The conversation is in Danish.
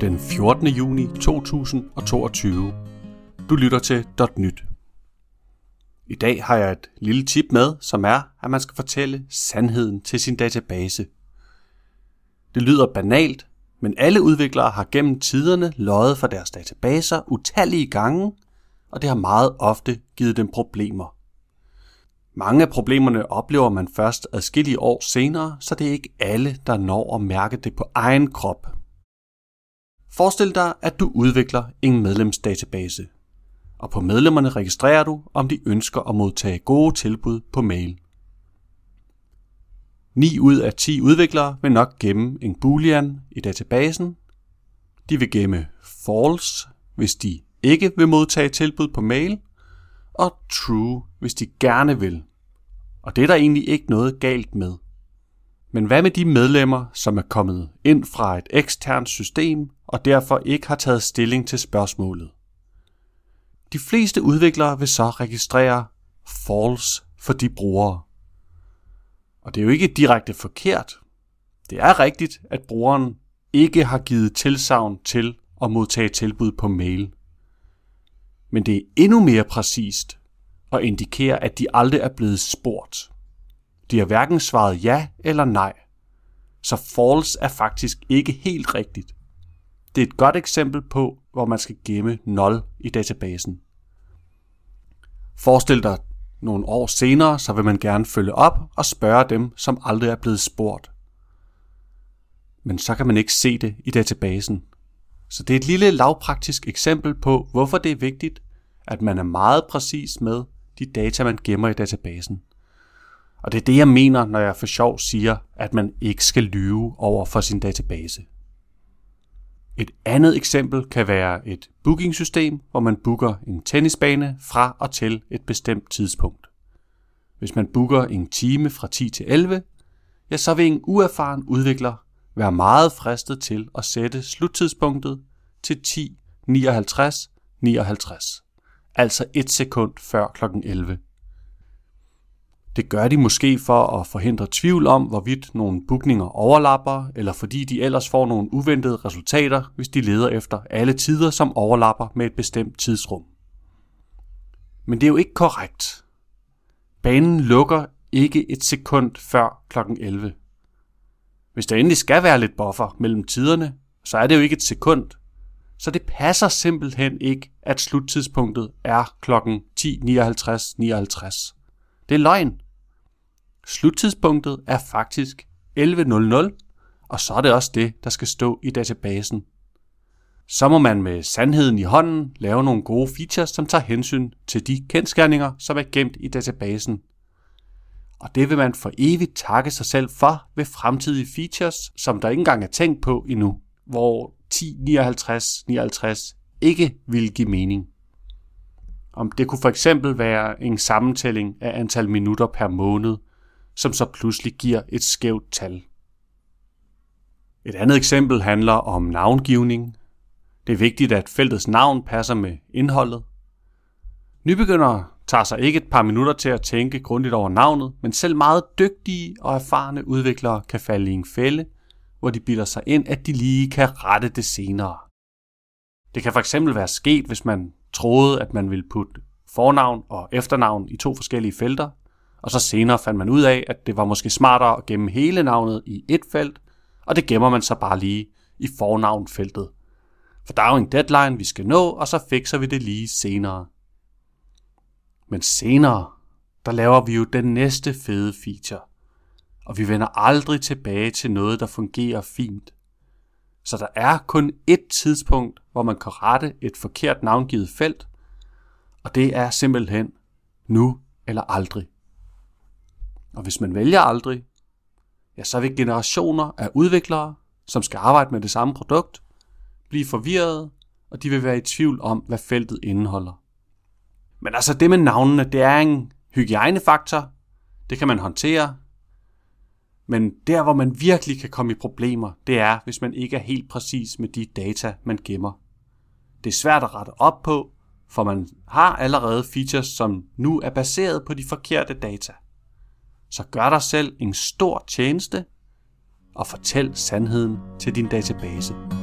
den 14. juni 2022. Du lytter til .nyt. I dag har jeg et lille tip med, som er, at man skal fortælle sandheden til sin database. Det lyder banalt, men alle udviklere har gennem tiderne løjet for deres databaser utallige gange, og det har meget ofte givet dem problemer. Mange af problemerne oplever man først adskillige år senere, så det er ikke alle, der når at mærke det på egen krop. Forestil dig, at du udvikler en medlemsdatabase, og på medlemmerne registrerer du, om de ønsker at modtage gode tilbud på mail. 9 ud af 10 udviklere vil nok gemme en boolean i databasen. De vil gemme false, hvis de ikke vil modtage tilbud på mail, og true, hvis de gerne vil. Og det er der egentlig ikke noget galt med. Men hvad med de medlemmer, som er kommet ind fra et eksternt system, og derfor ikke har taget stilling til spørgsmålet? De fleste udviklere vil så registrere false for de brugere. Og det er jo ikke direkte forkert. Det er rigtigt, at brugeren ikke har givet tilsagn til at modtage tilbud på mail. Men det er endnu mere præcist og indikerer, at de aldrig er blevet spurgt. De har hverken svaret ja eller nej. Så false er faktisk ikke helt rigtigt. Det er et godt eksempel på, hvor man skal gemme 0 i databasen. Forestil dig nogle år senere, så vil man gerne følge op og spørge dem, som aldrig er blevet spurgt. Men så kan man ikke se det i databasen. Så det er et lille lavpraktisk eksempel på, hvorfor det er vigtigt, at man er meget præcis med de data, man gemmer i databasen. Og det er det, jeg mener, når jeg for sjov siger, at man ikke skal lyve over for sin database. Et andet eksempel kan være et bookingsystem, hvor man booker en tennisbane fra og til et bestemt tidspunkt. Hvis man booker en time fra 10 til 11, ja, så vil en uerfaren udvikler være meget fristet til at sætte sluttidspunktet til 10:59:59, altså 1 sekund før kl. 11. Det gør de måske for at forhindre tvivl om, hvorvidt nogle bookninger overlapper, eller fordi de ellers får nogle uventede resultater, hvis de leder efter alle tider, som overlapper med et bestemt tidsrum. Men det er jo ikke korrekt. Banen lukker ikke 1 sekund før kl. 11. Hvis der endelig skal være lidt buffer mellem tiderne, så er det jo ikke 1 sekund. Så det passer simpelthen ikke, at sluttidspunktet er kl. 10:59:59. Det er løgn. Sluttidspunktet er faktisk 11:00, og så er det også det, der skal stå i databasen. Så må man med sandheden i hånden lave nogle gode features, som tager hensyn til de kendsgerninger, som er gemt i databasen. Og det vil man for evigt takke sig selv for ved fremtidige features, som der ikke engang er tænkt på endnu, hvor 10:59:59 ikke vil give mening. Om det kunne for eksempel være en sammentælling af antal minutter per måned, som så pludselig giver et skævt tal. Et andet eksempel handler om navngivning. Det er vigtigt, at feltets navn passer med indholdet. Nybegyndere tager sig ikke et par minutter til at tænke grundigt over navnet, men selv meget dygtige og erfarne udviklere kan falde i en fælde, hvor de bilder sig ind, at de lige kan rette det senere. Det kan for eksempel være sket, hvis man troede, at man ville putte fornavn og efternavn i 2 forskellige felter, og så senere fandt man ud af, at det var måske smartere at gemme hele navnet i et felt, og det gemmer man så bare lige i fornavnfeltet. For der er jo en deadline, vi skal nå, og så fikser vi det lige senere. Men senere, der laver vi jo den næste fede feature, og vi vender aldrig tilbage til noget, der fungerer fint. Så der er kun ét tidspunkt, hvor man kan rette et forkert navngivet felt, og det er simpelthen nu eller aldrig. Og hvis man vælger aldrig, ja, så vil generationer af udviklere, som skal arbejde med det samme produkt, blive forvirrede, og de vil være i tvivl om, hvad feltet indeholder. Men altså det med navnene, det er en hygiejnefaktor. Det kan man håndtere. Men der, hvor man virkelig kan komme i problemer, det er, hvis man ikke er helt præcis med de data, man gemmer. Det er svært at rette op på, for man har allerede features, som nu er baseret på de forkerte data. Så gør dig selv en stor tjeneste og fortæl sandheden til din database.